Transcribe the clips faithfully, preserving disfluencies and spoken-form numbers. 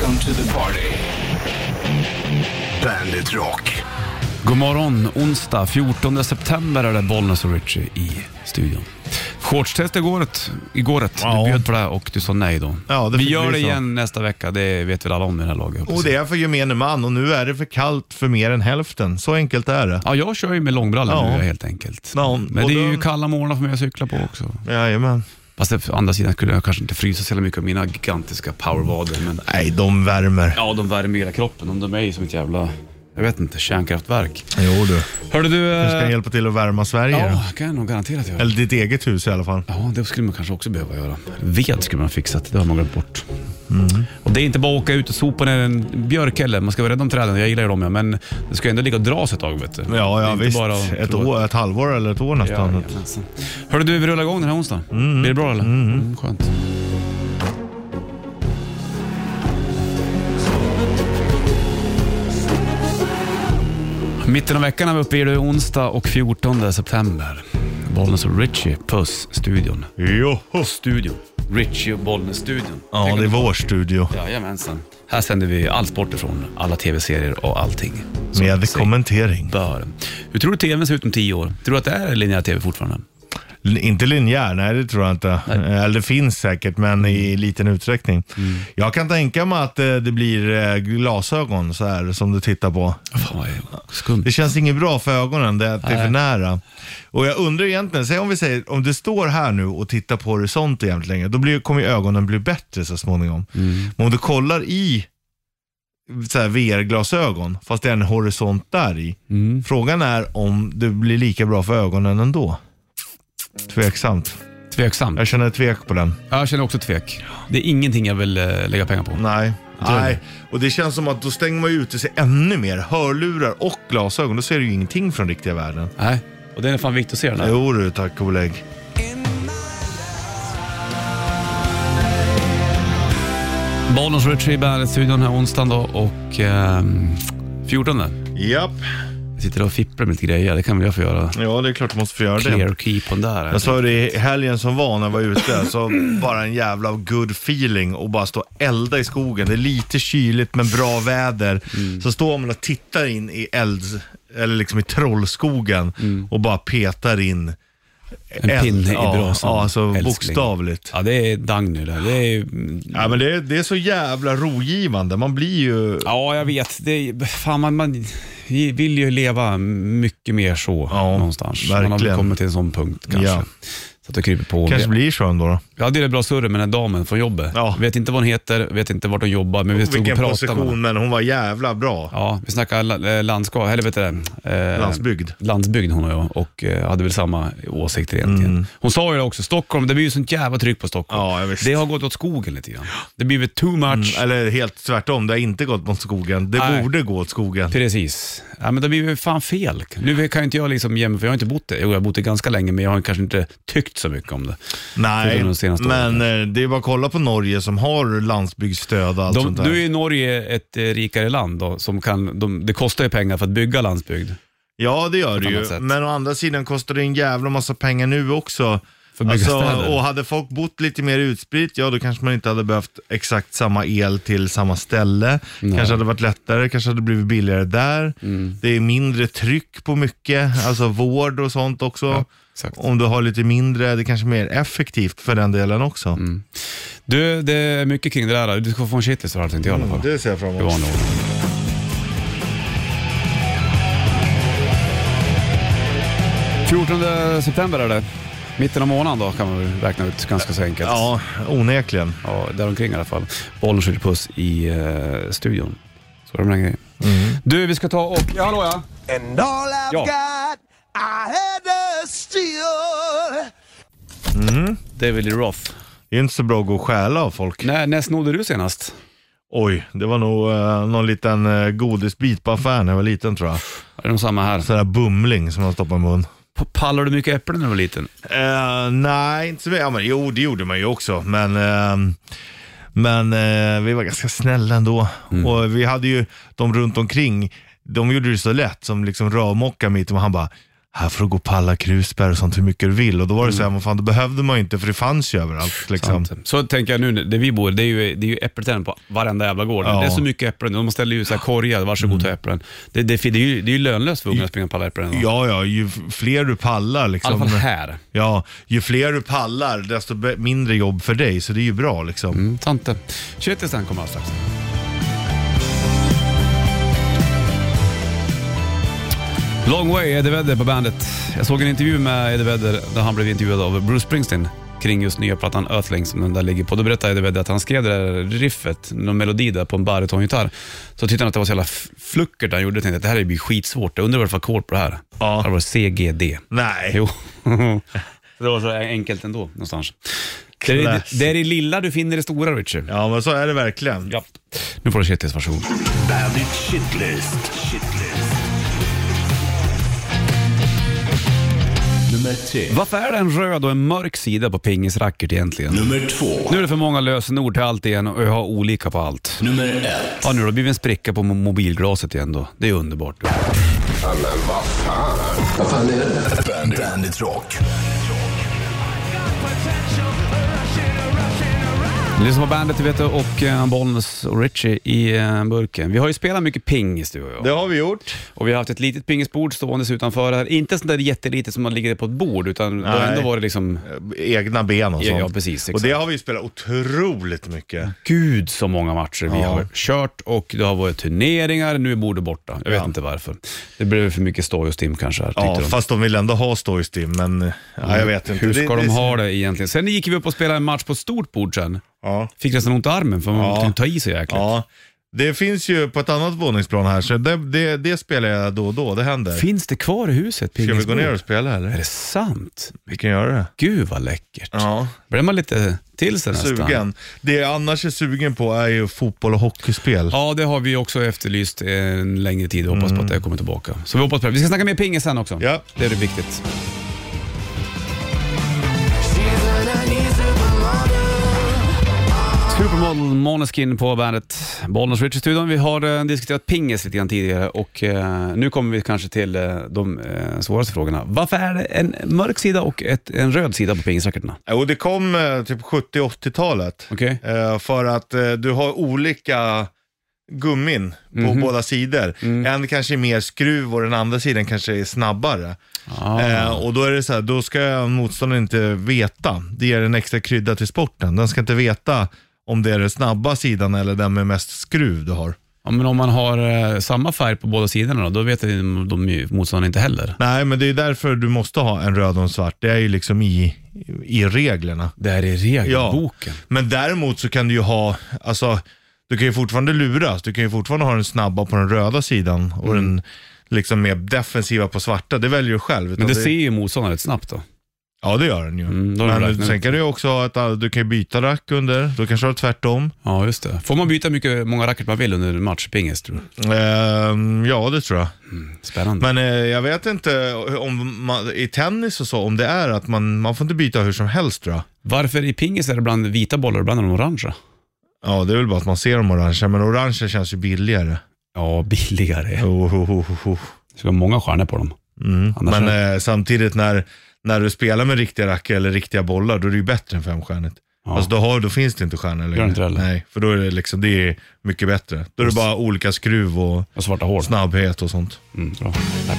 Welcome to the party. Bandit Rock. God morgon, onsdag fjortonde september är det Bollnäs och Richie i studion. Shortstest igår, igår ett. Ja. Du bjöd på det och du sa nej då. Ja, det Vi fick gör bli det så. igen nästa vecka, det vet väl alla om i det här laget. Och det är för gemene man och nu är det för kallt för mer än hälften. Så enkelt är det. Ja, jag kör ju med långbrallor Ja. nu helt enkelt. Ja, Men och det är då- ju kalla morgnar för mig att cykla på också. Jajamän. Fast det, å andra sidan skulle jag kanske inte frysa så mycket av mina gigantiska powervader. Men Nej, de värmer. ja, de värmer hela kroppen. Om de är ju som ett jävla, jag vet inte, kärnkraftverk. Jo du. Hörde du... Du ska eh, hjälpa till att värma Sverige då. Ja, kan jag nog garanterat göra. Eller ditt eget hus i alla fall. Ja, det skulle man kanske också behöva göra. Ved skulle man ha fixat, det har man glömt bort. Mm. Och det är inte bara att åka ut och sopa ner en björk heller. Man ska vara rädd om träden, jag gillar ju dem ja, men det ska ändå ligga och dras ett tag, vet du. Ja, Det är ja inte visst. bara att Ett, prova. år, ett halvår eller ett år nästan. Ja, jajamensan. Hörde du, vi rullar igång den här onsdagen. Mm. Blir det bra eller? Mm. Mm, skönt. Mitten av veckan är vi uppe i det onsdag och fjortonde september. Bollnäs och Richie, puss, studion. Jo. Studion. Richie och Bollnäs-studion. Ja, Tänk det är att- vår studio. Jajamensan. Här sänder vi all sport ifrån, alla tv-serier och allting. som Med sig kommentering. bör. Hur tror du tvn ser ut om tio år? Tror du att det är linjär tv fortfarande? L- inte linjär, nej det tror jag inte. Eller det finns säkert, men i liten utsträckning. Mm. Jag kan tänka mig att eh, det blir eh, glasögon så här som du tittar på. Fan vad är skumt. Det känns inget bra för ögonen, det är, att det är för nära. Och jag undrar egentligen, säg om vi säger, om du står här nu och tittar på horisont jämt länge, då blir, kommer ju ögonen bli bättre så småningom. Mm. Men om du kollar i så här V R-glasögon, fast det är en horisont där i, Mm. frågan är om det blir lika bra för ögonen ändå. Tveksamt. Tveksamt. Jag känner tvek på den. Jag känner också tvek. Det är ingenting jag vill äh, lägga pengar på. Nej. tror Nej, och det känns som att då stänger man ju ute sig ännu mer. Hörlurar och glasögon, då ser du ju ingenting från riktiga världen. Nej, och det är fan viktigt att se den här. Jo du, tack och belägg. Bollnäs och Richie i Bandet-studion här onsdagen då och äh, fjortonde. Japp. Jag sitter och fipplar med lite grejer, det kan väl jag få göra. Ja, det är klart du måste få göra det. Clear keep on där. Jag sa det i helgen som var när jag var ute, så bara en jävla good feeling och bara stå och elda i skogen. Det är lite kyligt men bra väder. Mm. Så står man och tittar in i eld, eller liksom i trollskogen Mm. och bara petar in En pinne i ja, brasan. ja, alltså Älskling. bokstavligt. Ja, det är Dagny det. Det är... Ja, men det är, det är så jävla rogivande. Man blir ju... Ja, jag vet. Det är, fan, man, man vill ju leva mycket mer så Ja, någonstans. Man har väl verkligen. kommit till en sån punkt kanske. Ja. Så att det kryper på. Kanske blir så ändå då. Jag hade det bra surr med den här damen från jobbet. Ja. Vet inte vad hon heter, vet inte vart hon jobbar, men vi stod och Vilken pratade med position, henne. men hon var jävla bra. Ja, vi snackade la- eh, landskap, eller vet du det? Eh, Landsbygd. Landsbygd hon och jag, och eh, hade väl samma åsikter egentligen. Mm. Hon sa ju det också, Stockholm, det blir ju sånt jävla tryck på Stockholm. Ja, jag visst. Det har gått åt skogen lite grann. Det blir väl too much. Mm, eller helt tvärtom, det har inte gått mot skogen. Det Nej. borde gå åt skogen. Precis. Ja, men det blir ju fan fel. Nu kan inte jag liksom jämföra, för jag har inte bott det. Jo, jag har bott det ganska länge, men jag har kanske inte tyckt så mycket om det. Nej, Förutom de senaste men åren. eh, det är bara att kolla på Norge som har landsbygdsstöd och allt De, sånt där. du är i Norge ett eh, rikare land då, som kan, de, det kostar ju pengar för att bygga landsbygd. Ja, det gör På det ett ju. annat sätt. Men å andra sidan kostar det en jävla massa pengar nu också. För att bygga städer. Och hade folk bott lite mer utspritt, ja då kanske man inte hade behövt exakt samma el till samma ställe. Nej. Kanske hade varit lättare, kanske hade blivit billigare där. Mm. Det är mindre tryck på mycket, alltså vård och sånt också. Ja, exakt. Om du har lite mindre, det är kanske mer effektivt för den delen också. Mm. Du, det är mycket kring det där. Du ska få en shitlist för det här, tänkte jag i alla fall. Det ser jag fram I emot. vanlig ordning. fjortonde september är det. Mitten av månaden då kan man väl räkna ut ganska så enkelt. Ja, onekligen. Ja, där omkring i alla fall. Boll och puss i uh, studion. Så är det med den grejen. Mm. Du, vi ska ta och... Ja, hallå ja. And all I've Ja. got, I had to steal. Det är väl Roth. Det är inte så bra att gå och stjäla av folk. När, när snodde du senast? Oj, det var nog eh, någon liten eh, godisbit på affären när jag var liten tror jag. Är det nog samma här? Sådär bumling som man stoppar i mun. P- Pallar du mycket äpplen när du var liten? Eh, nej, inte så mycket. Ja, men, jo, det gjorde man ju också. Men, eh, men eh, vi var ganska snälla ändå. Mm. Och vi hade ju de runt omkring. De gjorde det så lätt som liksom rörmokka mitt och han bara, här får du gå på alla krusbär och sånt hur mycket du vill. Och då var det så här, men fan, det behövde man ju inte för det fanns ju överallt. Liksom. Så tänker jag nu, där vi bor, det är ju, det är ju äppelträd på varenda jävla gård. Ja. Det är så mycket äpplen, de ställer ju så här korgar, varsågod mm. ta äpplen. Det, det, det, är ju, det är ju lönlöst för unga att springa på alla äpplen. Ja, ja, ju fler du pallar liksom. I alla fall här. Ja, ju fler du pallar, desto mindre jobb för dig, så det är ju bra liksom. Mm, sant det. tjugoett sen kommer strax. Long Way, Eddie Vedder på bandet. Jag såg en intervju med Eddie Vedder där han blev intervjuad av Bruce Springsteen kring just nya plattan Earthling som den där ligger på. Då berättade Eddie Vedder att han skrev det där riffet, någon melodi där på en barytongitarr. Så tyckte han att det var så jävla fluckert han gjorde. Jag tänkte att det här blir skitsvårt. Jag undrar varför ackord på det här. Ja. Det var C G D. Nej. Jo. Det var så enkelt ändå någonstans. Det är, det, det är det lilla du finner det stora, Richard. Ja, men så är det verkligen. Ja. Nu får du shitlist, varsågod. Bandit Shitlist. Shitlist. Nummer tre. Varför är det en röd och en mörk sida på pingisracket egentligen? Nummer två. Nu är det för många lösenord till allt igen och jag har olika på allt. Nummer ett. Ja, nu då blir vi en spricka på mobilglaset igen då. Det är underbart. Ja, men vad fan. Vad fan är det? Bandit, Bandit Rock. Lyssna på bandet, vet du, och uh, Bollnäs och Richie i uh, burken. Vi har ju spelat mycket pingis, du och jag. Det har vi gjort. Och vi har haft ett litet pingisbord stående utanför här. Inte sånt där jättelitet som man ligger på ett bord, utan Nej. det har ändå varit liksom... egna ben och ja, sånt. Ja, precis. Exakt. Och det har vi spelat otroligt mycket. Gud, så många matcher vi ja. har kört och det har varit turneringar. Nu är bordet borta. Jag vet ja. inte varför. Det blev för mycket stoj och stim kanske. Här, ja, de. fast de vill ändå ha stoj och stim, men ja, jag vet inte. Hur ska det, de det... ha det egentligen? Sen gick vi upp och spelade en match på ett stort bord sen. Ja. Fick nästan ont i armen för man ja. kunde ta i sig jäkligt. Ja. Det finns ju på ett annat våningsplan här, så det, det, det spelar jag då och då, det händer. Finns det kvar i huset? Ska vi gå ner och spela eller? Är det sant? Vi kan göra det. Gud vad läckert. Ja. Blir man lite till sig nästan? Sugen. Det jag annars är sugen på är ju fotboll och hockeyspel. Ja, det har vi också efterlyst en längre tid och hoppas mm. på att det kommer tillbaka. Så vi hoppas på det. Vi ska snacka mer pingis sen också. Ja. Det är det viktigt. Supermodel Måneskin på bandet Bollnäs Richie-studion. Vi har uh, diskuterat pingis lite grann tidigare och uh, nu kommer vi kanske till uh, de uh, svåraste frågorna. Varför är det en mörk sida och ett, en röd sida på pingisracketerna? Jo, det kom uh, typ sjuttio-åttiotalet. Okay. Uh, för att uh, du har olika gummin på mm-hmm. båda sidor. Mm. En kanske är mer skruv och den andra sidan kanske är snabbare. Ah. Eh, och då är det så här, då ska motståndaren inte veta. Det ger en extra krydda till sporten. Den ska inte veta om det är den snabba sidan eller den med mest skruv du har. Ja, men om man har eh, samma färg på båda sidorna då, då vet de, de motståndarna inte heller. Nej, men det är därför du måste ha en röd och en svart. Det är ju liksom i, i reglerna. Det är i regelboken. Ja. Men däremot så kan du ju ha, alltså du kan ju fortfarande luras. Du kan ju fortfarande ha den snabba på den röda sidan och mm. den liksom mer defensiva på svarta. Det väljer du själv. Men det, det ser ju motståndaren rätt snabbt då. Ja, det gör den ju. Mm, men sen kan du ju också ha att du kan byta rack under. Då kanske du har tvärtom. Ja, just det. Får man byta mycket många racket man vill under en match pingis, tror du? Uh, ja, det tror jag. Mm, spännande. Men uh, jag vet inte om man, i tennis och så, om det är att man, man får inte byta hur som helst, tror jag. Varför i pingis är det bland vita bollar och bland de orangea? Ja, det är väl bara att man ser de orangea, men orangea känns ju billigare. Ja, billigare. Oh, oh, oh, oh. Det ska vara många stjärnor på dem. Mm. Men är... uh, samtidigt när När du spelar med riktiga rackor eller riktiga bollar, då är det ju bättre än femstjärnigt. Ja. Alltså då, har, då finns det inte stjärnor längre. Inte Nej, för då är det liksom, det är mycket bättre. Då är det bara olika skruv och, och svarta hår. Snabbhet och sånt. Mm, bra. Tack.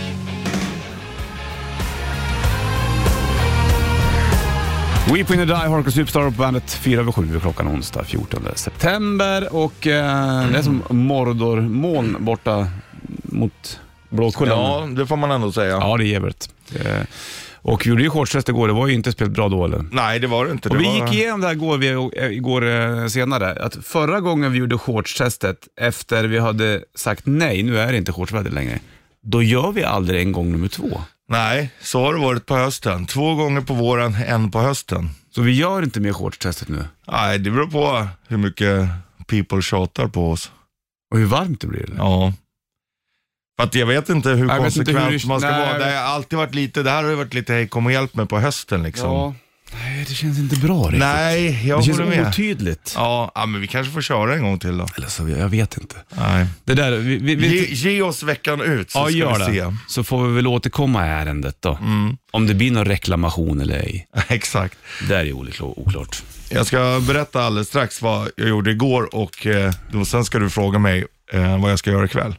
Weep in the Die, Hardcore Superstar på bandet fyra över sju klockan onsdag fjortonde september. Och eh, mm. det är som Mordor-moln borta mot Blåkullen. Ja, det får man ändå säga. Ja, det är jävligt. Eh, och vi gjorde ju shortstest igår, det var ju inte spelat bra då eller? Nej, det var det inte. Och det vi var... gick igenom det här igår, vi, igår eh, senare, att förra gången vi gjorde shortstestet efter vi hade sagt nej, nu är det inte shortsväder längre, då gör vi aldrig en gång nummer två. Nej, så har det varit på hösten. Två gånger på våren, en på hösten. Så vi gör inte mer shortstestet nu? Nej, det beror på hur mycket people tjatar på oss. Och hur varmt det blir? Eller? Ja. För att jag vet inte hur jag konsekvent inte hur... man ska Nej, vara. Det har alltid varit lite, det här har ju varit lite hej, kom och hjälp mig på hösten liksom. Ja. Nej, det känns inte bra riktigt. Nej, jag det känns håller med. otydligt. Ja, ja, men vi kanske får köra en gång till då. Eller så, jag vet inte. Nej. Det där, vi, vi, vi, Ge, ge oss veckan ut så ja, ska gör vi se. det. Så får vi väl återkomma i ärendet då. Mm. Om det blir någon reklamation eller ej. Exakt. Det är ju oklart. Jag ska berätta alldeles strax vad jag gjorde igår och eh, då, sen ska du fråga mig eh, vad jag ska göra ikväll.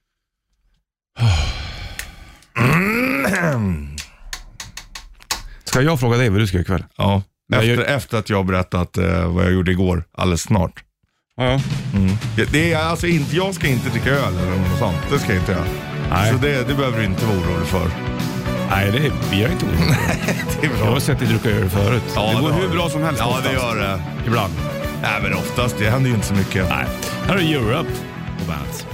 Mm. Ska jag fråga dig vad du ska göra ikväll? Ja, Nej, efter, jag- efter att jag har berättat eh, vad jag gjorde igår alldeles snart. Ja. Mm. Det- Det är alltså inte, jag ska inte dricka öl eller något sånt. Det ska jag inte göra. Nej. Så det, det behöver du inte vara orolig för. Nej, det är, vi är inte oroliga. Det är Jag har sett dig dricka öl förut. Ja, det går har hur du. bra som helst Ja, oftast. det gör det. Ibland. Nej, men oftast, det händer ju inte så mycket. Nej. Här är Europe på bandet.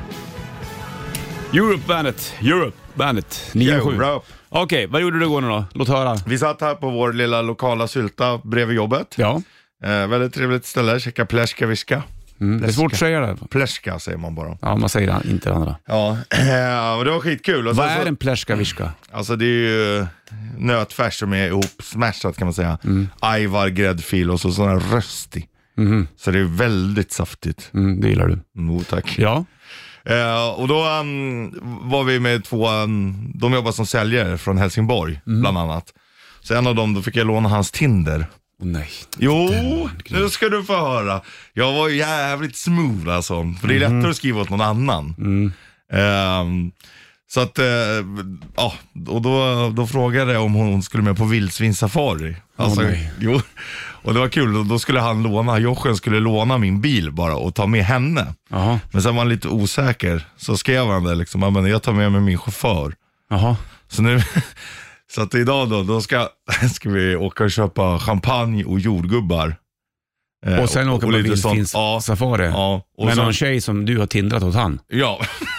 Europe bandet. Europe bandet. nio sju. Europe. Okej, vad gjorde du igår nu då? Låt höra. Vi satt här på vår lilla lokala sylta bredvid jobbet. Ja. Eh, väldigt trevligt ställe, käka pleska viska. Mm. Det är svårt att säga det. Pleska säger man bara. Ja, man säger det, inte det andra. Ja, eh, och det var skitkul. Och Vad sen är så, en plärska-viska? Alltså det är ju nötfärs som är ihop smashat kan man säga. Mm. Ajvar, gräddfil och så sån här röstig. Mm. Så det är väldigt saftigt. Mm, det gillar du. Mm, tack. Ja. Eh, och då um, var vi med två, um, de jobbar som säljare från Helsingborg bland annat. Så en av dem, då fick jag låna hans Tinder. Oh, nej. Jo, nu ska du få höra. Jag var jävligt smooth alltså. För det är lättare att skriva åt någon annan. Mm. Um, så att, uh, ja, och då, då frågade jag om hon skulle med på vildsvinssafari. Alltså, Åh, nej. jo. Och det var kul, och då skulle han låna, Jochen skulle låna min bil bara och ta med henne. Jaha. Men sen var han lite osäker, så skrev han det liksom, men jag tar med mig min chaufför. Jaha. Så nu, så att idag då, då ska, ska vi åka och köpa champagne och jordgubbar. Eh, Och sen åka på lite sånt. vildsvinssafari. Ja, och med sen, någon tjej som du har tindrat åt han. ja.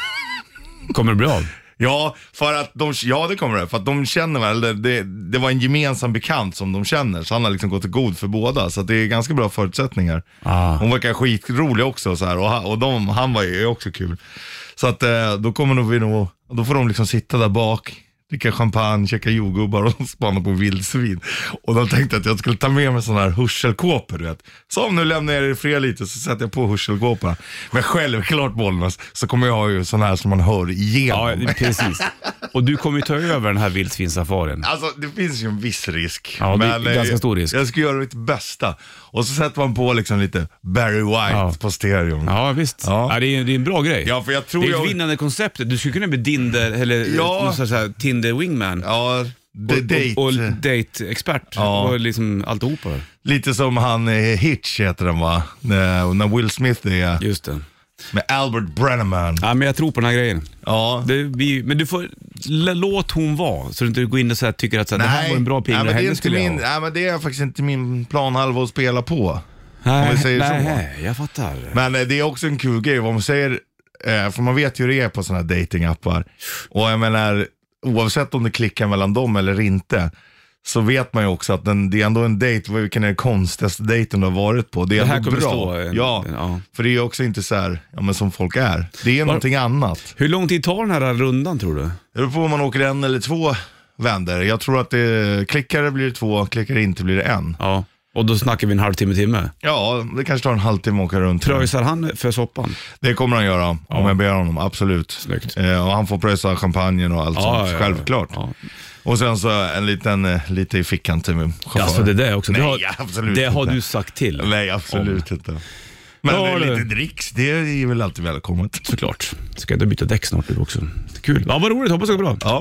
Kommer det bli av? Ja, för att de, ja det kommer det, för att de känner väl, det, det, det var en gemensam bekant som de känner, så han har liksom gått i god för båda, så att det är ganska bra förutsättningar. Ah. Hon verkar skitrolig också så här, och, han, och de, han var ju också kul. Så att eh, då kommer nog vi nog, då får de liksom sitta där bak, dricka champagne, käka jordgubbar och spana på vildsvin. Och då tänkte jag att jag skulle ta med mig sådana här hörselkåpor, du vet. Så om nu lämnar jag er i fred lite, så sätter jag på hörselkåporna. Men självklart, Bollnäs, så kommer jag ha ju sådana här som man hör igenom. Ja, precis. Och du kommer ju ta över den här vildsvinssafarin. Alltså det finns ju en viss risk. Ja, det är men, ganska eh, stor risk. Jag ska göra mitt bästa. Och så sätter man på liksom lite Barry White Ja. på stereon. Ja, visst. Ja. Ja. det, är, det är en bra grej. Ja, för jag tror det är jag... ett vinnande koncept. Du skulle kunna bli Dinder, eller Ja. någon sorts så här Tinder wingman. Ja, the date. Och, och date-expert. Ja. Och liksom alltihopa. Lite som han eh, Hitch heter den va? När, när Will Smith är Just det. med Albert Brenneman. Ja, men jag tror på den här grejen. Ja. Det, vi, men du får, l- låt hon vara, så du inte går in och så här, tycker att så här, det här var en bra pingla, nej, men det är henne inte skulle min, jag ha. nej, men det är faktiskt inte min planhalva att spela på. Nej, om vi säger så. nej, jag fattar. Men eh, det är också en kul grej vad man säger, eh, för man vet ju hur det är på sådana här datingappar. Och jag menar, oavsett om det klickar mellan dem eller inte, så vet man ju också att den, det är ändå en dejt, vilken är den konstigaste dejten du har varit på. Det är Det här ändå kommer bra. stå en- ja, ja. för det är ju också inte så här, ja, men som folk är. Det är någonting annat. Hur lång tid tar den här rundan, tror du? Det beror på om man åker en eller två vändor. Jag tror att det, klickar det blir det två, klickar det inte blir det en. Ja, och då snackar vi en halvtimme, timme. Ja, det kanske tar en halvtimme att åka runt. Pröjsar han för soppan? Det kommer han göra, om jag ber honom, absolut. Snyggt. Eh, och han får pröjsa champagnen och allt sånt, ja, ja. självklart. Ja. Och sen så en liten, eh, lite i fickan till min chaufför. Ja, så det där också. Nej, det har, absolut det har inte. du sagt till. Nej, absolut inte. Men Ja, eh, du. lite dricks, det är väl alltid välkommet. Såklart. Ska jag inte byta däck snart du också? Kul. Ja, vad roligt. Hoppas det går bra. Ja.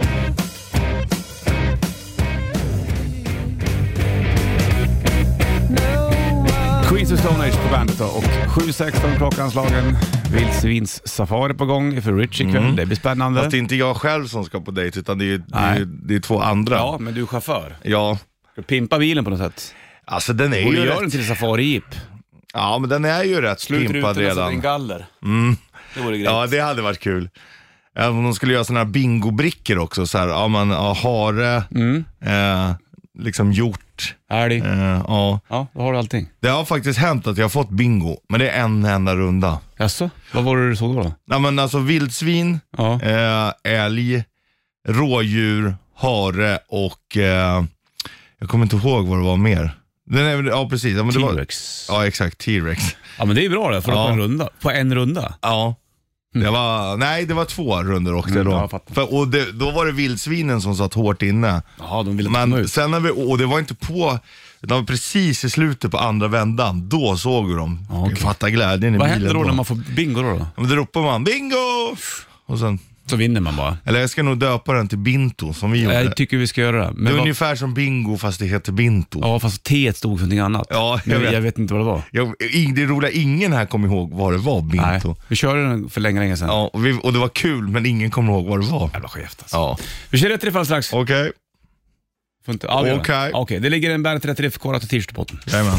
Queens of Stone Age på bandet då. Och sju sexton klockan slagen. Vildsvins safari på gång för Rich ikväll. Mm. Det blir spännande. Fast det är inte jag själv som ska på dejt, utan det är, det Nej. är, det är två andra. Ja, men du är chaufför. Ja. Ska du pimpa bilen på något sätt? Alltså den är Borde ju göra den rätt, till safari-jeep. ja men den är ju rätt Slut pimpad rutorna, sätter en redan. galler. Det vore grejt. Ja, det hade varit kul. Ja, om de skulle göra sådana här bingobrickor också, så här, ja men ja, hare, Mm. eh, liksom hjort, Älg. eh, ja. Ja, då har du allting. Det har faktiskt hänt att jag har fått bingo, men det är en enda runda. Jaså? Vad var det du såg då? då? Ja men alltså vildsvin, Ja. eh, älg, rådjur, hare och eh, Jag kommer inte ihåg vad det var mer. Den är, ja, precis. Ja, men det T-Rex. Var, ja, exakt. T-Rex. Ja, men det är bra det, för ja. på en runda. På en runda. Ja. Det var, nej, det var två runder åkte Mm, då. ja, För, och det, då var det vildsvinen som satt hårt inne. Jaha, de ville komma Men ut. sen när vi, och det var inte på, det var precis i slutet på andra vändan. Då såg vi dem. Ja, okay. Fatta glädjen i Vad bilen. händer då när man får bingo då? då? Men då ropar man bingo! Och sen, Så vinner man bara. eller jag ska nog döpa den till Binto som vi gjorde. Jag tycker vi ska göra det. Det Men är vad... ungefär som bingo fast det heter Binto. Ja, fast T stod för någonting annat. Ja, jag Men vet. jag vet inte vad det var. Jag, det är roligt, ingen här kommer ihåg vad det var, Binto. Nej, vi körde den för länge, länge sedan. Ja, och, vi, och det var kul, men ingen kommer ihåg vad det var. Jävla skevt alltså. Ja. Vi kör rätt riff alldeles strax. Okej. Får inte... ja, vi gör det. Okej. Okej, det ligger en Bandet rätt riff kvar till t-shirt på botten. Jajamän.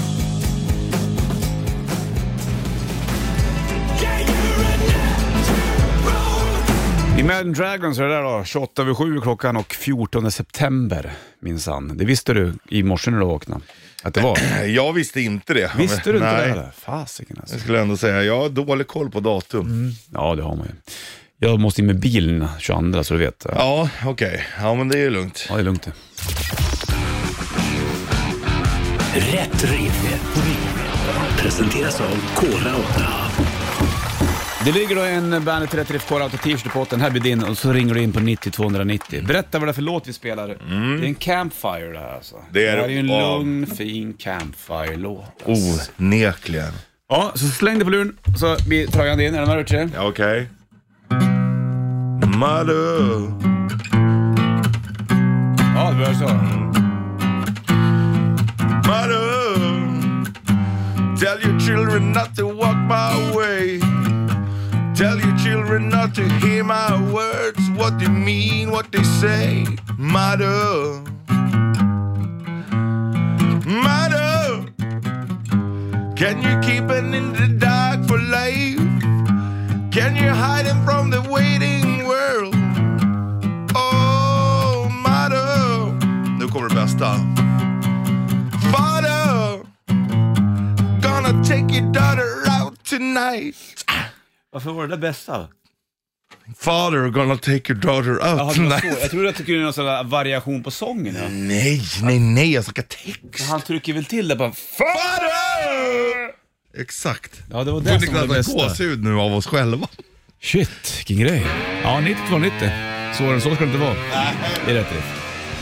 Imagine Dragons är det där då, tjugoåtta över sju klockan och fjortonde september, minsann. Det visste du i morse när du vaknade, att det var. Jag visste inte det. Visste du inte Nej. det där? Fasiken alltså. Jag skulle ändå säga, jag har dålig koll på datum. Mm. Ja, det har man ju. Jag måste in med bilen tjugoandra så du vet. Ja, okej. Okay. Ja, men det är lugnt. Ja, det är lugnt det. Rätt riff. Presenteras av Kora åtta. Det ligger då en Bandet rätt riff kvar till t-shirt på den här blir din och så ringer du in på nittio tvåhundranittio. Berätta vad det är för låt vi spelar. Mm. Det är en campfire det här alltså. Det är, det här är ju en ja. lugn, fin campfire-låt. Alltså. Onekligen. Ja, så släng dig på luren så blir tröjan din. Är den här ute? Ja, okej. Okay. Mother. Ja, det börjar så. Mother, tell your children not to walk my way. Tell your children not to hear my words. What they mean, what they say. Mother, mother, can you keep it in the dark for life? Can you hide him from the waiting world? Oh, mother. Nu kommer det bästa. Father, gonna take your daughter out tonight. Varför var det det bästa? Father, gonna take your daughter out Jaha, tonight. så. Jag trodde att du kunde göra någon sån där variation på sången. Ja. Nej, nej, nej, jag snackar text. Han trycker väl till det bara. Father! Exakt. Ja, det var Får det inte som var det klara bästa. gåshud nu av oss själva. Shit, vilken grej. Ja, nittio tvåhundranittio. Så var det, så ska det inte vara. Det är rätt riff.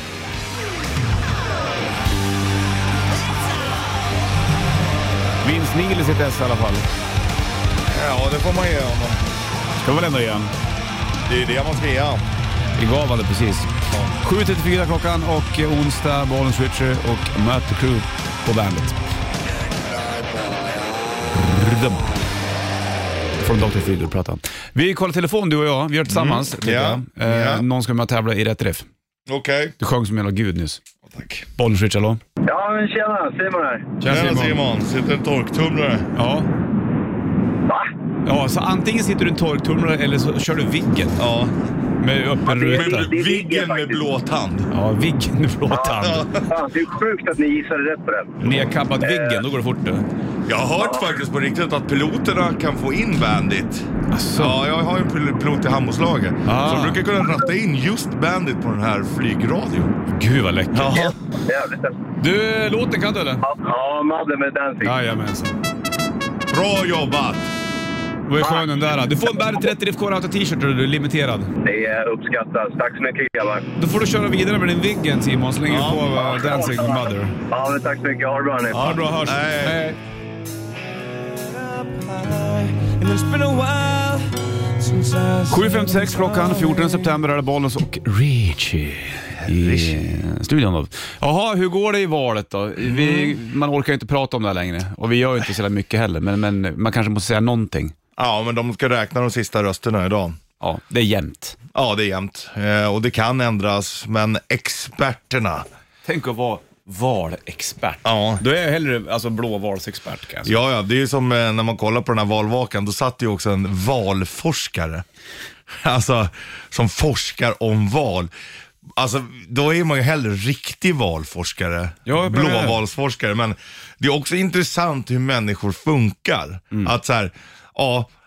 Vince Neil i sitt S i alla fall. Ja, det får man ge honom. Ska väl ändå igen. Det är det man ska ge honom. Vi gav han det precis. sju trettiofyra klockan och onsdag, Bollen Switcher och Möter Crew på bandet. Rydum. Från doktor Friedel-pratan. Vi kollar telefon du och jag, vi gör tillsammans. Mm. Ja. Eh, Ja. Någon ska med att tävla i rätt riff. Okej. Okay. Du sjöng som jävla gud nyss. Tack. Bollen Switcher, hallå? Ja, men tjena, Simon här. Tjena Simon, sitter en torktumlare. Ja. Va? Ja, så antingen sitter du i en torktumlare eller så kör du Viggen. Ja. Med öppen det är- ruta. det är Viggen med faktiskt. blå tand. Ja, Viggen med blå tand. Fan, det är sjukt att ni gissade rätt på den. Nedkappad Viggen, då går det fort du. Jag har hört faktiskt på riktigt att piloterna kan få in Bandit. Asså. Ja, jag har ju en pil- pilot i handbollslaget. Ah. Så de brukar kunna ratta in just Bandit på den här flygradion. Gud vad läckert. Jaha. Jävligt. Du, låten kan du eller? Ja, Madde med Dancing. Jajamensan. Bra jobbat. Vad är skön den där? Du får en Bandet trettio Riff Core Auto t-shirt och du är limiterad. Det är uppskattat. Tack så mycket, grabbar. Då får du köra vidare med din Viggen Simon, så länge Ja. du på uh, Dancing with Mother. Ja, men tack så mycket. Ha det bra nu. Ja, bra, hörs. Nej. Hej. sju femtiosex klockan, fjortonde september är det Bollnäs och Richie i studion då. Jaha, hur går det i valet då? Vi, man orkar ju inte prata om det här längre. Och vi gör ju inte så mycket heller, men, men man kanske måste säga någonting. Ja, men de ska räkna de sista rösterna idag. Ja, det är jämnt. Ja, det är jämnt. Eh, och det kan ändras, men experterna. Tänk att vara valexpert. Ja. Då är jag hellre alltså, blåvalsexpert kanske. Ja, ja, det är ju som eh, när man kollar på den här valvakan, då satt ju också en valforskare. Alltså, som forskar om val. Alltså, då är man ju hellre riktig valforskare, Ja, blåvalsforskare. Men det är också intressant hur människor funkar. Mm. Att så här, ja,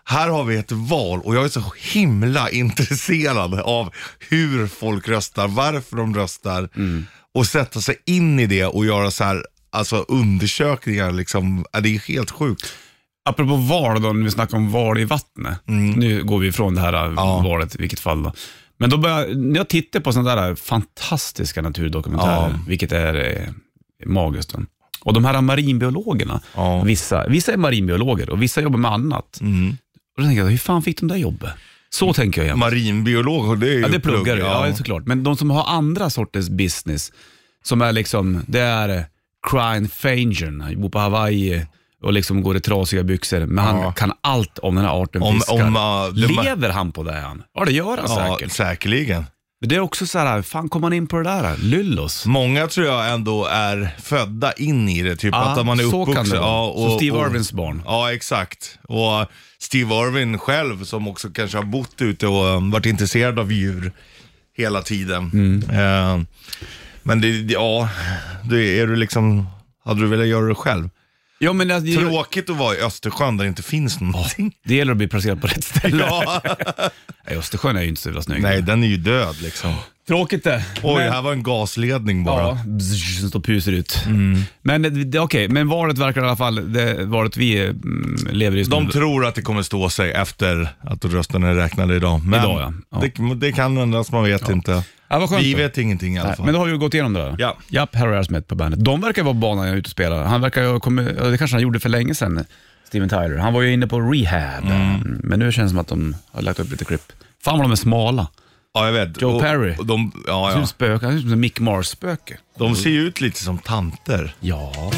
här har vi ett val och jag är så himla intresserad av hur folk röstar, varför de röstar Mm. och sätta sig in i det och göra så här, alltså undersökningar liksom. Det är helt sjukt. Apropå val då, när vi snackar om val i vattnet. Mm. Nu går vi ifrån det här Ja. valet i vilket fall då. Men då börjar, när jag tittar på sådana där fantastiska naturdokumentärer, Ja. vilket är eh, magiskt. Då. Och de här marinbiologerna, Ja. vissa, vissa är marinbiologer och vissa jobbar med annat. Mm. Och då tänker jag, hur fan fick de där jobbet? Så tänker jag igen. Marinbiolog, det är ju Ja, det pluggar du, plugg, ja. ja såklart. Men de som har andra sorters business, som är liksom, det är eh, crime fangern, han bor på Hawaii och liksom går i trasiga byxor, men Ja. han kan allt om den här arten Om- fiskar. om, uh, det- Lever han på det han? Ja, det gör han Ja, säkert. säkerligen. Men det är också så här, fan kom man in på det där? Lyllos. Många tror jag ändå är födda in i det, typ Ja, att man är så kan uppvuxen. det vara. Ja, Som Steve Irwins barn. Ja, exakt. Och Steve Irwin själv som också kanske har bott ute och um, varit intresserad av djur hela tiden. Mm. Eh, men det, det- ja, det är du liksom, hade du velat göra det själv? Ja, men det, Tråkigt att vara i Östersjön där det inte finns någonting. det gäller att bli placerad på rätt ställe. Ja. Nej, Östersjön är ju inte så jävla snygg. Nej, den är ju död liksom. Tråkigt det. Oj, Men- här var en gasledning bara. Ja, bzz, som står pyser ut. Men det- det- okej, men valet verkar i alla fall, det valet vi mm, lever i. De tror att det kommer stå sig efter att rösterna är räknade idag. Men Idag, ja. Ja. Det, det kan ändras, man vet inte. Ja, vad skönt Vi då. vet ingenting i alla Nej, fall. men då har vi ju gått igenom det där. Ja. Japp, Harry Aerosmith på bandet. De verkar vara banan jag är ute och spelar. Han verkar ju ha kommit, ja, det kanske han gjorde för länge sedan, Steven Tyler. Han var ju inne på rehab. Mm. Men nu känns det som att de har lagt upp lite klipp. Fan vad de är smala. Ja, jag vet. Joe Och- Perry. Och de, ja, Han ser ja. ut spöke, han ser ut som en Mick Mars-spöke. de ser ju ut lite som tanter. Ja.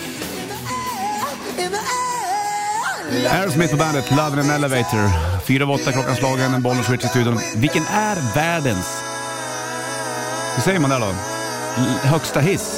Aerosmith på bandet, Love in an Elevator. Fyra av åtta klockan slagen, en Bollnäs Switch i studion. Vilken är världens, hur säger man där då? L- högsta hiss?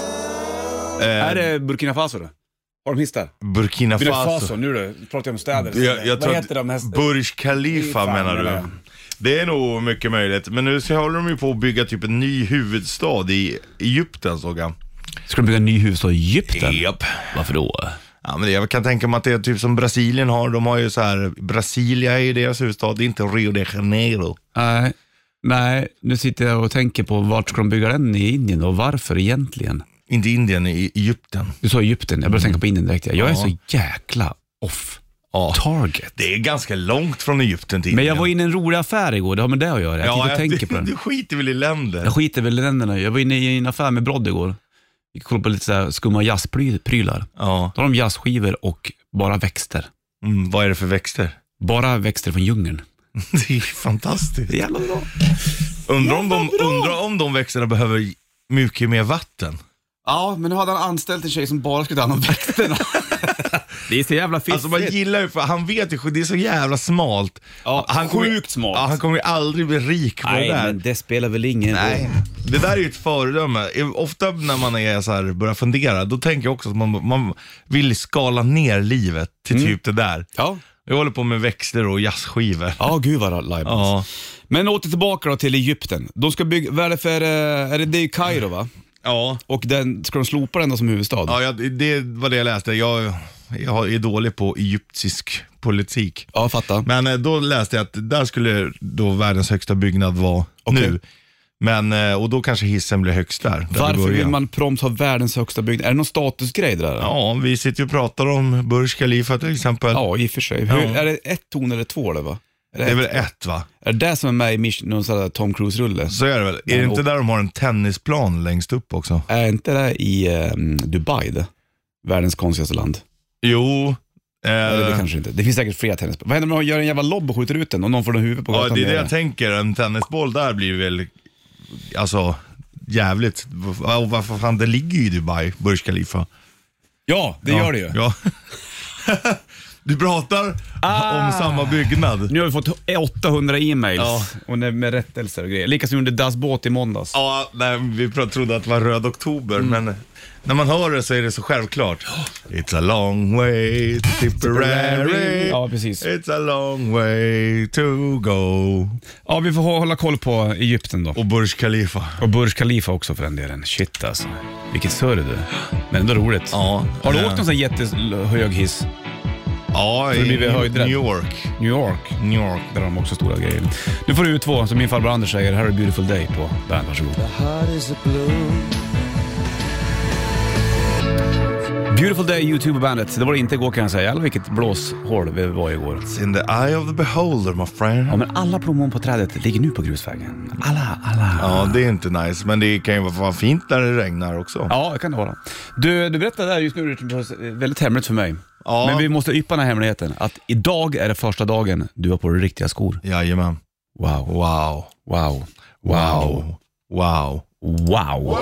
Eh, Är det Burkina Faso då? Har de hiss där? Burkina Burkina Faso. Faso, nu du, pratar jag om städer. Jag, jag Vad tror heter de att här? Burj Khalifa Fan, menar menar du. jag. Det är nog mycket möjligt. Men nu så håller de ju på att bygga typ en ny huvudstad i Egypten, såg jag. Ska de bygga en ny huvudstad i Egypten? Japp. Varför då? Ja, men jag kan tänka mig att det är typ som Brasilien har. De har ju så här, Brasilia är ju deras huvudstad, det är inte Rio de Janeiro. Nej, nej, nu sitter jag och tänker på vart ska de bygga den i Indien och varför egentligen? Inte Indien, i Egypten. Du sa Egypten, jag började tänka på Indien direkt. Jag är Ja. så jäkla off Ja. target. Det är ganska långt från Egypten till Men Indien. jag var inne i en rolig affär igår, det har med det att göra. Jag ja, ja, jag, tänker på du, den. du skiter väl i länder. Jag skiter väl i länderna. Jag var inne i en affär med Brodd igår. Vi kollade på lite så här skumma jazzprylar. Ja. Då har de jazzskivor och bara växter. Mm, vad är det för växter? Bara växter från djungeln. Det är fantastiskt. Det är jävla bra. Undrar om, de, undrar om de växterna behöver mycket mer vatten. Ja, men nu hade han anställt en tjej som bara skulle ta hand om växterna. Det är så jävla fiffigt. Alltså man gillar ju, för han vet ju, det är så jävla smalt. Ja, han kommer, sjukt smalt. Ja, han kommer ju aldrig bli rik på Nej, det där. men det spelar väl ingen Nej, roll. det där är ju ett föredöme. Ofta när man är så här, börjar fundera, då tänker jag också att man, man vill skala ner livet till Mm. typ det där. Ja. Jag håller på med växter och jazzskivor. Ja, gud vad live. Ja. Men åter tillbaka då till Egypten. De ska bygga, vad är det för, eh, är det, det är Kairo va? Ja, Och den, ska de slopa den då som huvudstad? ja jag, det var det jag läste. Jag, jag är dålig på egyptisk politik. Ja, fattar. Men eh, då läste jag att där skulle då världens högsta byggnad vara Okej. nu. Men, eh, och då kanske hissen blir högst där. där vi Varför börjar. vill man prompt ha världens högsta byggnad? Är det någon statusgrej det där? Ja, vi sitter ju och pratar om Burj Khalifa till exempel. Ja, i och för sig. Ja. Hur, är det ett ton eller två eller va? Är Det är väl ett? ett, va? Är det det som är med i Mission, någon sån där Tom Cruise-rulle? Så är det väl. Är det inte där de har en tennisplan längst upp också? Är inte det i eh, Dubai det? Världens konstigaste land? Jo. Eh, Eller det kanske inte. Det finns säkert fler tennis. Vad händer om man gör en jävla lobb och skjuter ut den och någon får den huvudet på ja, gatan? det är det nere? jag tänker. En tennisboll där blir väl, alltså, jävligt. Och varför fan, det ligger ju i Dubai, Burj Khalifa. Ja, det ja. gör det ju. Ja. Du pratar Ah. om samma byggnad. Nu har vi fått åttahundra e-mails Ja. och med med rättelser och grejer. Lika som under Das Båt i måndags. Ja, nej, vi pr- trodde att det var röd oktober, Mm. men när man hör det så är det så självklart. It's a long way to Tipperary. Ja, precis. It's a long way to go. Ja, vi får hå- hålla koll på Egypten då. Och Burj Khalifa. Och Burj Khalifa också för den delen. Shit alltså. Vilket surr du. Men ändå roligt. Ja. Har du eh, åkt någon sån här jättehög hiss? Ja, För i vi blir New höjdrädd. York. New York. New York. Där har de också stora grejer. Nu får du två, som min farbror Anders säger. Här är Beautiful Day på band. Varsågod. Beautiful Day, YouTube-bandet. Det var det inte igår kan jag säga. Eller vilket blåshål vi var igår. It's in the eye of the beholder, my friend. Ja, men alla plommon på trädet ligger nu på grusvägen. Alla, alla. Ja, det är inte nice, men det kan ju vara fint när det regnar också. Ja, det kan det vara. Du, du berättade där just nu, det är väldigt hemligt för mig. Ja. Men vi måste yppa den här hemligheten. Att idag är det första dagen du har på dig riktiga skor. Jajamän. Wow. Wow. Wow. Wow. Wow. Wow.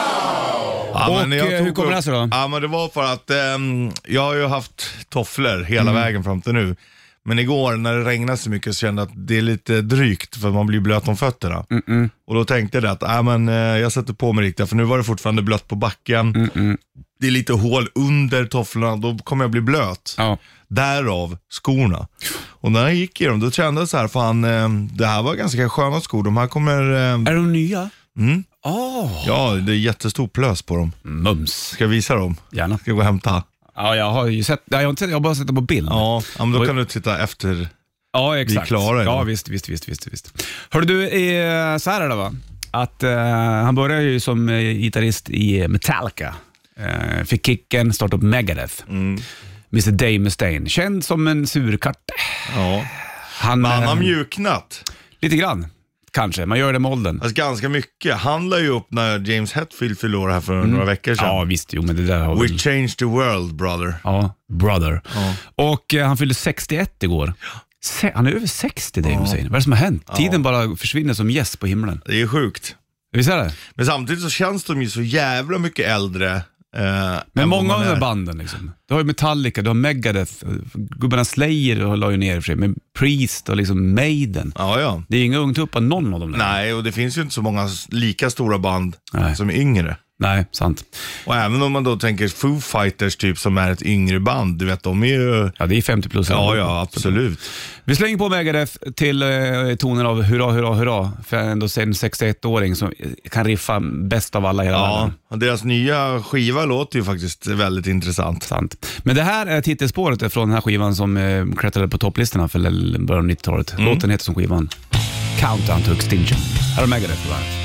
Ja, Och men jag eh, tog hur kommer upp- det sig då? Ja, men det var för att ehm, jag har ju haft tofflor hela Mm. vägen fram till nu. Men igår när det regnade så mycket så kände jag att det är lite drygt för man blir blöt om fötterna. Mm-mm. Och då tänkte jag att äh, men, eh, jag sätter på mig riktigt, för nu var det fortfarande blött på backen. Mm-mm. Det är lite hål under tofflorna, då kommer jag bli blöt. Ja. Därav skorna. Och när jag gick i dem, då kände jag så här, fan, eh, det här var ganska sköna skor. De här kommer... Eh, Är de nya? mm, Åh. ja, det är jättestor plös på dem. Mums. Ska jag visa dem? Gärna. Ska jag gå och hämta? Ja, jag har ju sett, nej, jag har inte sett, jag har bara sett det på bild. Ja, ja men då Oj. kan du titta efter. Ja, exakt. Vi är klara idag. Ja, visst, visst, visst, visst, visst. Hörru du, eh, så här är det va? Att eh, han började ju som eh, gitarrist i Metallica. Eh, fick kicken, startade upp Megadeth. Mm. mister Dave Mustaine, känd som en surkatt. Ja. Han, Men han har eh, mjuknat. lite grann, kanske. Man gör det med åldern. Alltså ganska mycket. Han la ju upp när James Hetfield förlorade här för några veckor sedan. Ja, visst. Jo, men det där har We väl... changed the world, brother. Ja, brother. Ja. Och eh, han fyllde sextioett igår. Se- han är över sextio, Dave Mustaine. Vad är det som har hänt? Tiden bara försvinner som gäss på himlen. Det är sjukt. Visst är det? Men samtidigt så känns de ju så jävla mycket äldre. Eh, Men än många vad av man de här är. banden liksom. Du har ju Metallica, du har Megadeth, gubbarna Slayer la ju ner i och för sig, men Priest och liksom Maiden. Ja, ja. Det är inga ungtuppar, någon av dem. där. Nej, och det finns ju inte så många lika stora band Nej. som är yngre. Nej, sant. Och även om man då tänker Foo Fighters typ som är ett yngre band, du vet, de är ju... Ja, det är femtio plus. Ja, ja, absolut. Vi slänger på Megadeth till eh, tonen av hurra, hurra, hurra. För ändå en sextioett-åring som kan riffa bäst av alla i hela Ja, världen. och deras nya skiva låter ju faktiskt väldigt intressant. Sant. Men det här är titelspåret från den här skivan som eh, klättrade på topplistorna för början av nittiotalet. Mm. Låten heter som skivan Countdown to Extinction. Här har Megadeth på bandet.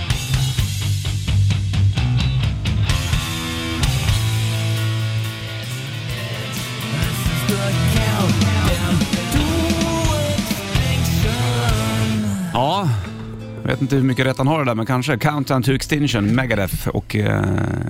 Ja, jag vet inte hur mycket rätt han har det där, men kanske Countdown to Extinction, Megadeth och eh,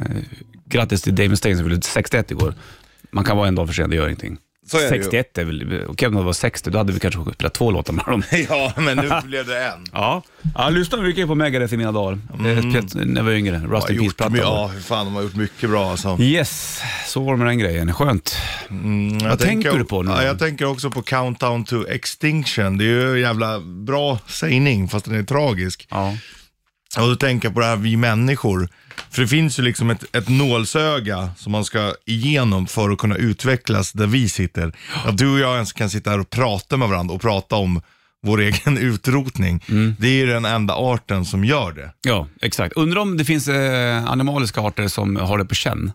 grattis till Dave Mustaine som fyllde sextioett igår. Man kan vara en dag för sen, det gör ingenting. Så är det ju. sextioett är väl, okej om det var sextio, då hade vi kanske spelat två låtar med dem. Ja, men nu blev det en. Ja, jag lyssnade mycket på Megadeth i mina dagar. Mm. När jag var yngre, Rust Jag har in gjort, Peace-plattan. ja, hur fan, de har gjort mycket bra alltså. Yes, så var det med den grejen. Skönt. Mm, jag Vad tänker du på nu? Ja, jag tänker också på Countdown to Extinction. Det är ju en jävla bra sägning, fast den är tragisk. Ja. Och då tänker jag på det här, vi människor. För det finns ju liksom ett, ett nålsöga som man ska igenom för att kunna utvecklas där vi sitter. Att du och jag ens kan sitta här och prata med varandra och prata om vår egen utrotning. Mm. Det är ju den enda arten som gör det. Ja, exakt. Undrar om det finns eh, animaliska arter som har det på känn.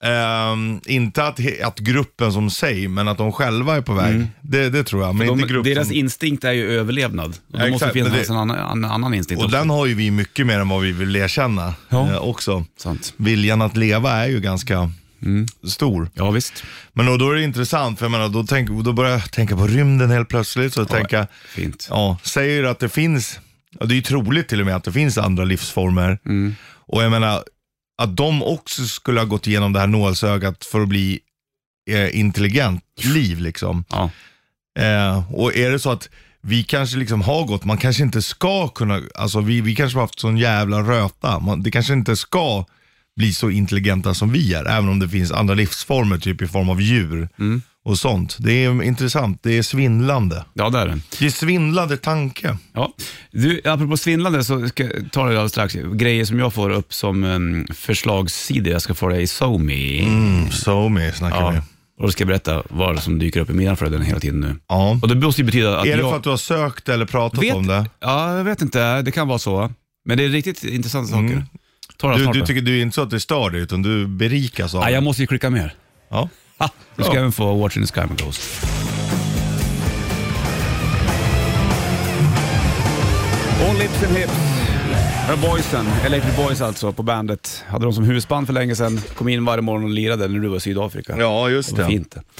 Ehm, inte att, he- att gruppen som sig, men att de själva är på väg. Det, det tror jag. Men De, inte grupp deras som... instinkt är ju överlevnad. Och då Ja, måste exakt, finnas men det- en annan, en annan instinkt Och också. den har ju vi mycket mer än vad vi vill erkänna Ja. eh, också. Sant. Viljan att leva är ju ganska stor. Ja, visst. Men då, då är det intressant, för jag menar, då, tänk, då börjar jag tänka på rymden helt plötsligt. Så tänka, Fint. ja, säger att det finns, och det är ju troligt till och med att det finns andra livsformer. Mm. Och jag menar, att de också skulle ha gått igenom det här nålsögat för att bli eh, intelligent liv liksom. Ja. Eh, och är det så att vi kanske liksom har gått, man kanske inte ska kunna, alltså vi, vi kanske har haft sån jävla röta, man, det kanske inte ska bli så intelligenta som vi är, även om det finns andra livsformer, typ i form av djur Mm. och sånt. Det är intressant, det är svindlande. Ja, det är det. Det är svindlande tanke. Ja. Du, apropå svindlande så ska jag ta det alldeles strax. Grejer som jag får upp som um, förslagssidor. Jag ska få det i SoMe. Mm, så med snackar Ja. vi. Och då ska jag berätta vad som dyker upp i mina flöden hela tiden nu. Ja. Och det måste ju betyda att Är det jag för att du har sökt eller pratat vet, om det? Ja, jag vet inte. Det kan vara så. Men det är riktigt intressanta Mm. saker. Ta det Du, snart du då. tycker du är inte så att det stör dig, utan du berikas av Ja, det? jag måste ju klicka mer. Ja. Ha, du ska Ja. även få Watch in the Sky med Ghost. All Lips and Hips. Här är Boysen, Electric Boys alltså, på bandet. Hade de som huvudband för länge sedan. Kom in varje morgon och lirade när du var i Sydafrika. Ja, just Det det. var fint det.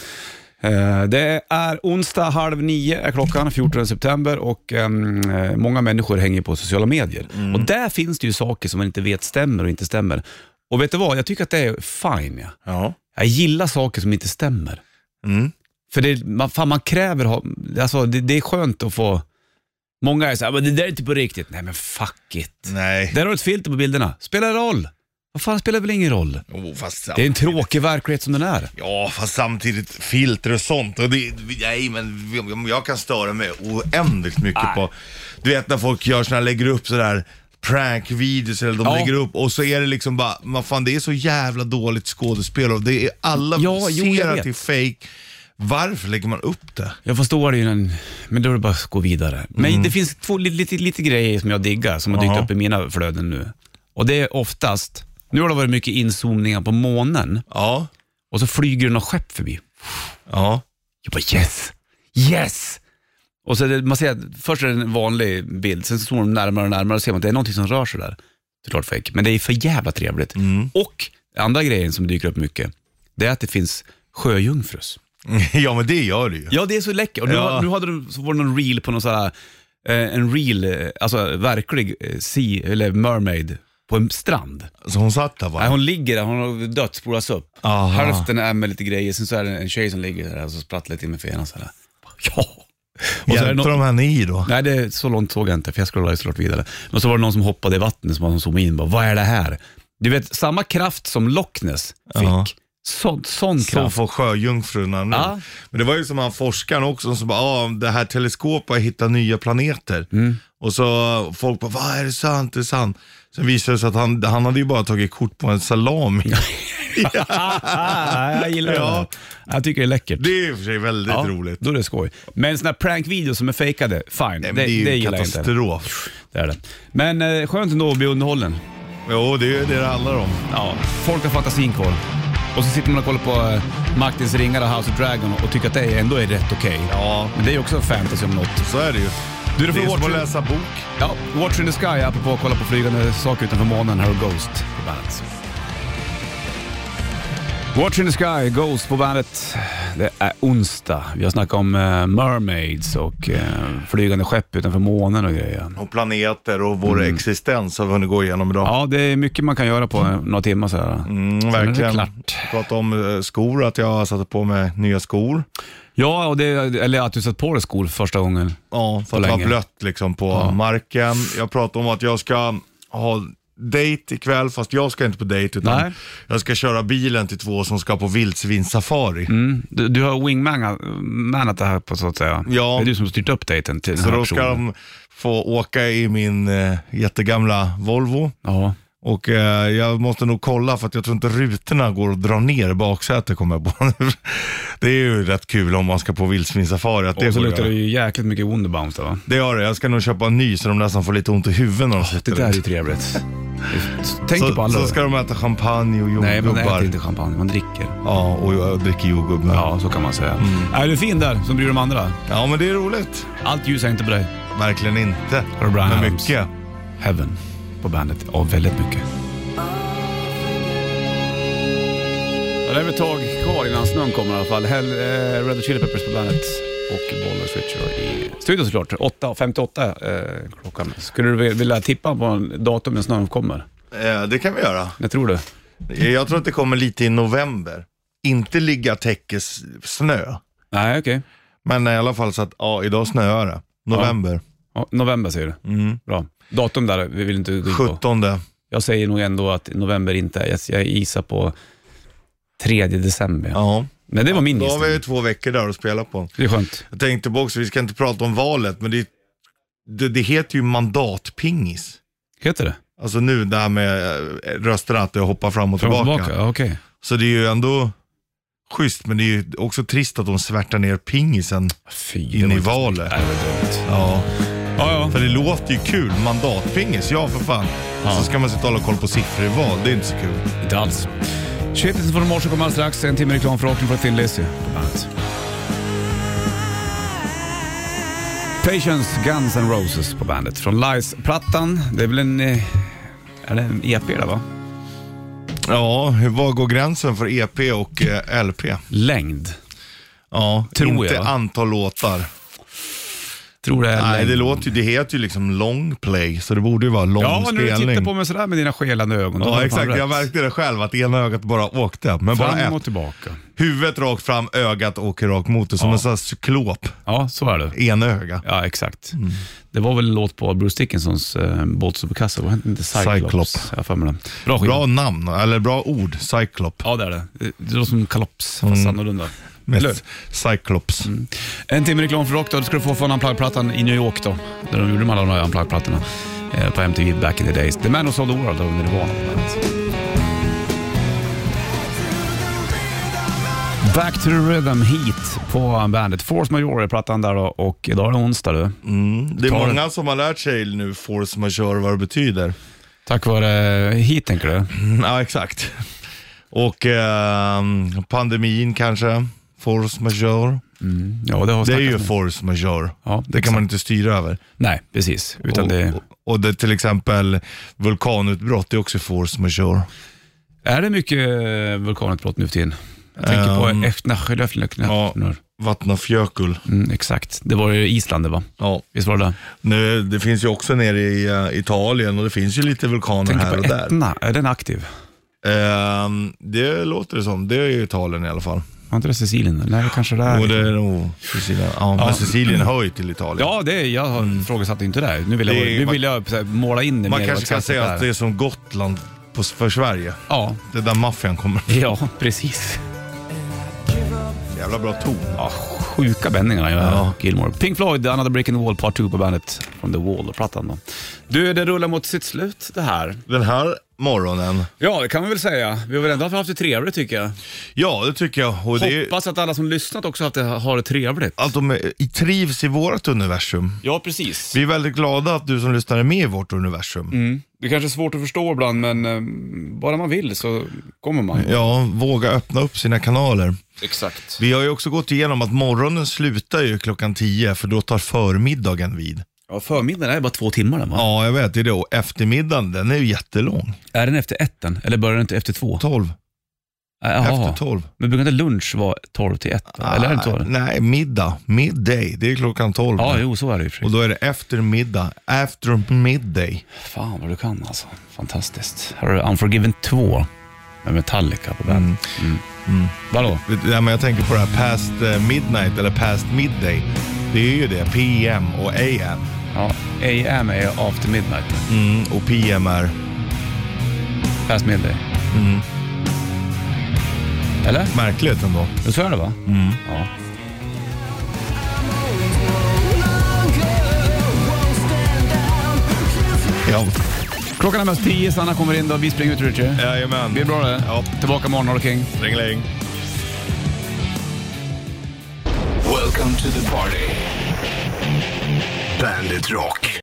Eh, Det är onsdag halv nio är klockan, fjortonde september, och um, många människor hänger på sociala medier. Mm. Och där finns det ju saker som man inte vet stämmer och inte stämmer. Och vet du vad, jag tycker att det är fine. Ja. Ja. Jag gillar saker som inte stämmer. Mm. För det, man, fan, man kräver, ha- alltså det, det är skönt att få. Många är så här, men det där är inte på riktigt. Nej men fuck it. Nej. Där har du ett filter på bilderna. Spelar roll. Vad fan, spelar väl ingen roll? Oh, fast Det är en tråkig verklighet som den är. Ja, fast samtidigt filter och sånt. Och det, nej, men jag kan störa mig oändligt mycket Nej. på. Du vet när folk gör såna här, lägger upp sådär prank-videos eller de Ja. lägger upp och så är det liksom bara, man fan det är så jävla dåligt skådespel och det är alla Ja, jo, jag ser vet. att det är fake. Varför lägger man upp det? Jag förstår det ju, en, men då är det bara att gå vidare. Men det finns två lite, lite, lite grejer som jag diggar som har dykt Jaha. upp i mina flöden nu. Och det är oftast, nu har det varit mycket inzoomningar på månen Ja, och så flyger det något skepp förbi. ja, Jag bara yes, yes! Och så är det, man ser att först är det en vanlig bild, sen så står de närmare och närmare och ser man att det är någonting som rör sig där. Det är klart fake, men det är för jävla trevligt. Och andra grejen som dyker upp mycket, det är att det finns sjöjungfrus. ja men det gör det ju. Ja, det är så läckert. Och nu, Ja. nu hade du, så var det någon reel på någon sån här, eh, en reel, eh, alltså verklig eh, sea, eller mermaid på en strand. Så hon satt där va? Nej, hon ligger där, hon har dött, spolas upp. Aha. Hälften är med lite grejer, sen så är det en tjej som ligger där och så sprattlar lite in med fenan så här. Ja. Och så är det Hjälpte nå- de henne i då? Nej, det, så långt såg jag inte, för jag scrollade såklart vidare. Men så var det någon som hoppade i vattnet som man zoomade in. Bara, vad är det här? Du vet, samma kraft som Loch Ness fick. Ja. Så, sån Så kraft. får sjöjungfrurna nu. Ja. Men det var ju som han forskaren också som bara, ah, det här teleskopet har hittat nya planeter. Mm. Och så folk bara, vad är det sant? Det är sant. Sen visade det sig att han, han hade ju bara tagit kort på en salami. jag gillar det. Ja. Jag tycker det är läckert. Det är i och för sig väldigt Ja, roligt. då är det skoj. Men såna här prankvideos som är fejkade, fine. Nej, men det, det är ju det gillar jag inte. katastrof. Det är det. Men eh, skönt ändå att bli underhållen. Jo, det är ju det det handlar om. Ja, folk har fantasin kvar. Och så sitter man och kollar på eh, Maktens ringar och House of Dragon och tycker att det ändå är rätt okej. Ja, Men det är ju också fantasy om något. så är det ju. Du, det Det får är som Watch, att läsa bok. ja, Watch in the Sky, apropå att kolla på flygande saker utanför månen. Här har Ghost på bandet. Watch in the Sky, Ghost på bandet. Det är onsdag. Vi har snackat om uh, mermaids och uh, flygande skepp utanför månen och grejer. Och planeter och vår existens har vi hunnit gå igenom idag. Ja, det är mycket man kan göra på uh, några timmar så här. Mm, Sen är det verkligen. klart. Prata om uh, skor, att jag satte på mig nya skor. Ja, och det, eller att du satt på dig skor första gången. Ja, för På att vara länge. blött liksom på Ja. marken. Jag pratar om att jag ska ha date ikväll, fast jag ska inte på date utan Nej. jag ska köra bilen till två som ska på vildsvinssafari. Mm. Du, du har wingmanat det här på så att säga. Ja. Det är du som har styrt upp dejten till den Så här då ska personen. de få åka i min eh, jättegamla Volvo. Ja. Och eh, jag måste nog kolla för att jag tror inte rutorna går att dra ner i baksätet, kommer jag på. Det är ju rätt kul om man ska på vildsvinssafari att det Och så går att luktar det göra. ju jäkligt mycket Wonderbounce där, va? Det gör det, jag ska nog köpa en ny så de nästan får lite ont i huvudet när de Det sitter där är där. ju trevligt. Tänk Så, på alla. så ska de äta champagne och Nej, man jordgubbar. äter inte champagne, man dricker. Ja, och jag dricker jordgubbar. Ja. Ja, så kan man säga. Är du fin där som bryr de andra? ja, men det är roligt. Allt ljus är inte på dig. Verkligen inte. Har du Brian Men Adams? mycket. Heaven på bandet. Ja, väldigt mycket. Ja, det är väl ett tag kvar innan snön kommer i alla fall. Hell, eh, Red Hot Chili Peppers på bandet och Bollnäs Switcher i studion såklart. åtta femtioåtta eh, klockan. Skulle du vilja tippa på en datum när snön kommer? Eh, det kan vi göra. Jag tror det. Jag tror att det kommer lite i november. Inte ligga täckes snö. Nej, okej. Men i alla fall så att, ja, idag snöar det. November. Ja, november säger du. Mm. Bra. Datum där, vi vill inte gå in på. sjuttonde. Jag säger nog ändå att november inte är. Jag, jag gissar på tredje december. Ja. Men det var min Då har vi ju gissning. två veckor där att spela på. Det är skönt. Jag tänkte på också, vi ska inte prata om valet, men det, det, det heter ju mandatpingis. Heter det? Alltså nu det här med eh, rösterna, att det hoppar fram och Fram och tillbaka. tillbaka? Ja, okej. Så det är ju ändå schysst, men det är ju också trist att de svärtar ner pingisen. Fy, In det i var inte- valet. Nej, det var dumt. Ja. Ja, ja. För det låter ju kul, mandatpingis, ja för fan. Ja. Så ska man sitta och hålla koll på siffror i val, det är inte så kul. Inte alls. tjugoett från morse kommer alldeles strax. En timme reklam för rocken för Thin Lizzy på bandet. Patience, Guns N' Roses på bandet. Från Lies-plattan. Det är väl en... Är det en E P där, va? Ja, vad går gränsen för E P och eh, L P? Längd. Ja, Tror inte jag. antal låtar. Tror det är Nej, längd. det låter ju, det heter ju liksom long play, så det borde ju vara lång Ja, när spelning. du tittar på mig sådär med dina skelande ögon. då har Ja, du fan exakt. rätt. Jag märkte det själv att ena ögat bara åkte. Men bara Fram och ett. tillbaka. Huvudet rakt fram, ögat åker rakt mot det. Som Ja. en sån här cyklop. Ja, så är det. En öga. Ja, exakt. Mm. Det var väl en låt på Bruce Dickinsons eh, båtsuperkassa. Var det inte Cyclops? Cyclop. Jag får med den. Bra skiva. Bra namn, eller bra ord. Cyclop. Ja, det är det. Det låter som kalops, fast annorlunda. Eller? Mest Cyclops. En timme reklam för rock då. Du ska du få från Unplugged-plattan i New York då. Där de gjorde med alla de här Unplugged-plattorna eh, på M T V back in the days. The Man Who Sold the World under det var. Back to the Rhythm Heat på bandet. Force Majeure är plattan där då, och idag är det onsdag du. Mm. Det är Tar många som har lärt sig nu force majeure vad det betyder. Tack vare Heat tänker du? Mm, ja, exakt. Och eh, pandemin kanske. Force majeure. Mm. Ja, det har Det är ju snackats om. force majeure. Ja, Det kan man inte styra över. Nej, precis. Utan och, det... och, och det till exempel vulkanutbrott är också force majeure. Är det mycket vulkanutbrott nu för tiden? Jag tänker Um, på Efnachilöfnöknöfnör. Ja, Vatnafjökull. Mm, exakt. Det var ju Island det va? Ja. Visst var det det? Nu, det finns ju också nere i uh, Italien och det finns ju lite vulkaner Tänker här på och där. Etna. Är den aktiv? Ehm, det låter det som. Det är ju Italien i alla fall. Var inte det Sicilien? Nej, kanske det är. Och det är nog Sicilien. Ja, men Sicilien hör ju till Italien. Ja, det är, jag har mm. frågasatt inte det. Nu vill jag, Det är- nu man- vill jag så här, måla in det Man mer kanske kan exakt säga det att det är som Gotland på, för Sverige. Ja, Det är där maffian kommer. ja, precis. Jävla bra ton. Ja, sjuka bändningarna, ja. Ja. Gilmore. Pink Floyd, Another Brick in the Wall, part två på bandet från The Wall-plattan då. Du, det rullar mot sitt slut det här. Den här morgonen. Ja, det kan man väl säga. Vi har väl ändå haft det trevligt tycker jag. Ja, det tycker jag. Och det är, Hoppas att alla som lyssnat också haft det, har det trevligt. att de är, i- trivs i vårt universum. Ja, precis. Vi är väldigt glada att du som lyssnar är med i vårt universum. Mm. Det kanske är svårt att förstå ibland, men eh, bara man vill så kommer man. Ja, våga öppna upp sina kanaler. Exakt. Vi har ju också gått igenom att morgonen slutar ju klockan tio, för då tar förmiddagen vid. Ja, förmiddagen är bara två timmar den va? Ja, jag vet det. Är det. Och eftermiddagen, den är ju jättelång. Är den efter etten eller börjar den inte efter två? tolv. Äh, jaha. Efter tolv. Men brukar inte lunch vara tolv till ett? Eller är det inte så? Nej, middag. Midday. Det är klockan tolv. Ja, jo, så är det ju. Och då är det efter middag. After midday. Fan vad du kan alltså. Fantastiskt. Här har du Unforgiven två med Metallica på bandet. Mm. Mm. Vadå? Ja, men jag tänker på det här past eh, midnight eller past midday. Det är ju det. P M och A M. Ja, A M är after midnight. Mm, och P M är... Past midday. Mm. Eller? Märkligt ändå. Det så är det va? Mm. Ja. Ja. Klockan är mest tio, Sanna kommer in då. Vi springer ut, Richie. Jajamän. Det är bra det. Ja. Tillbaka imorgon, Norr King. Ringling. Welcome to the party. Bandit Rock.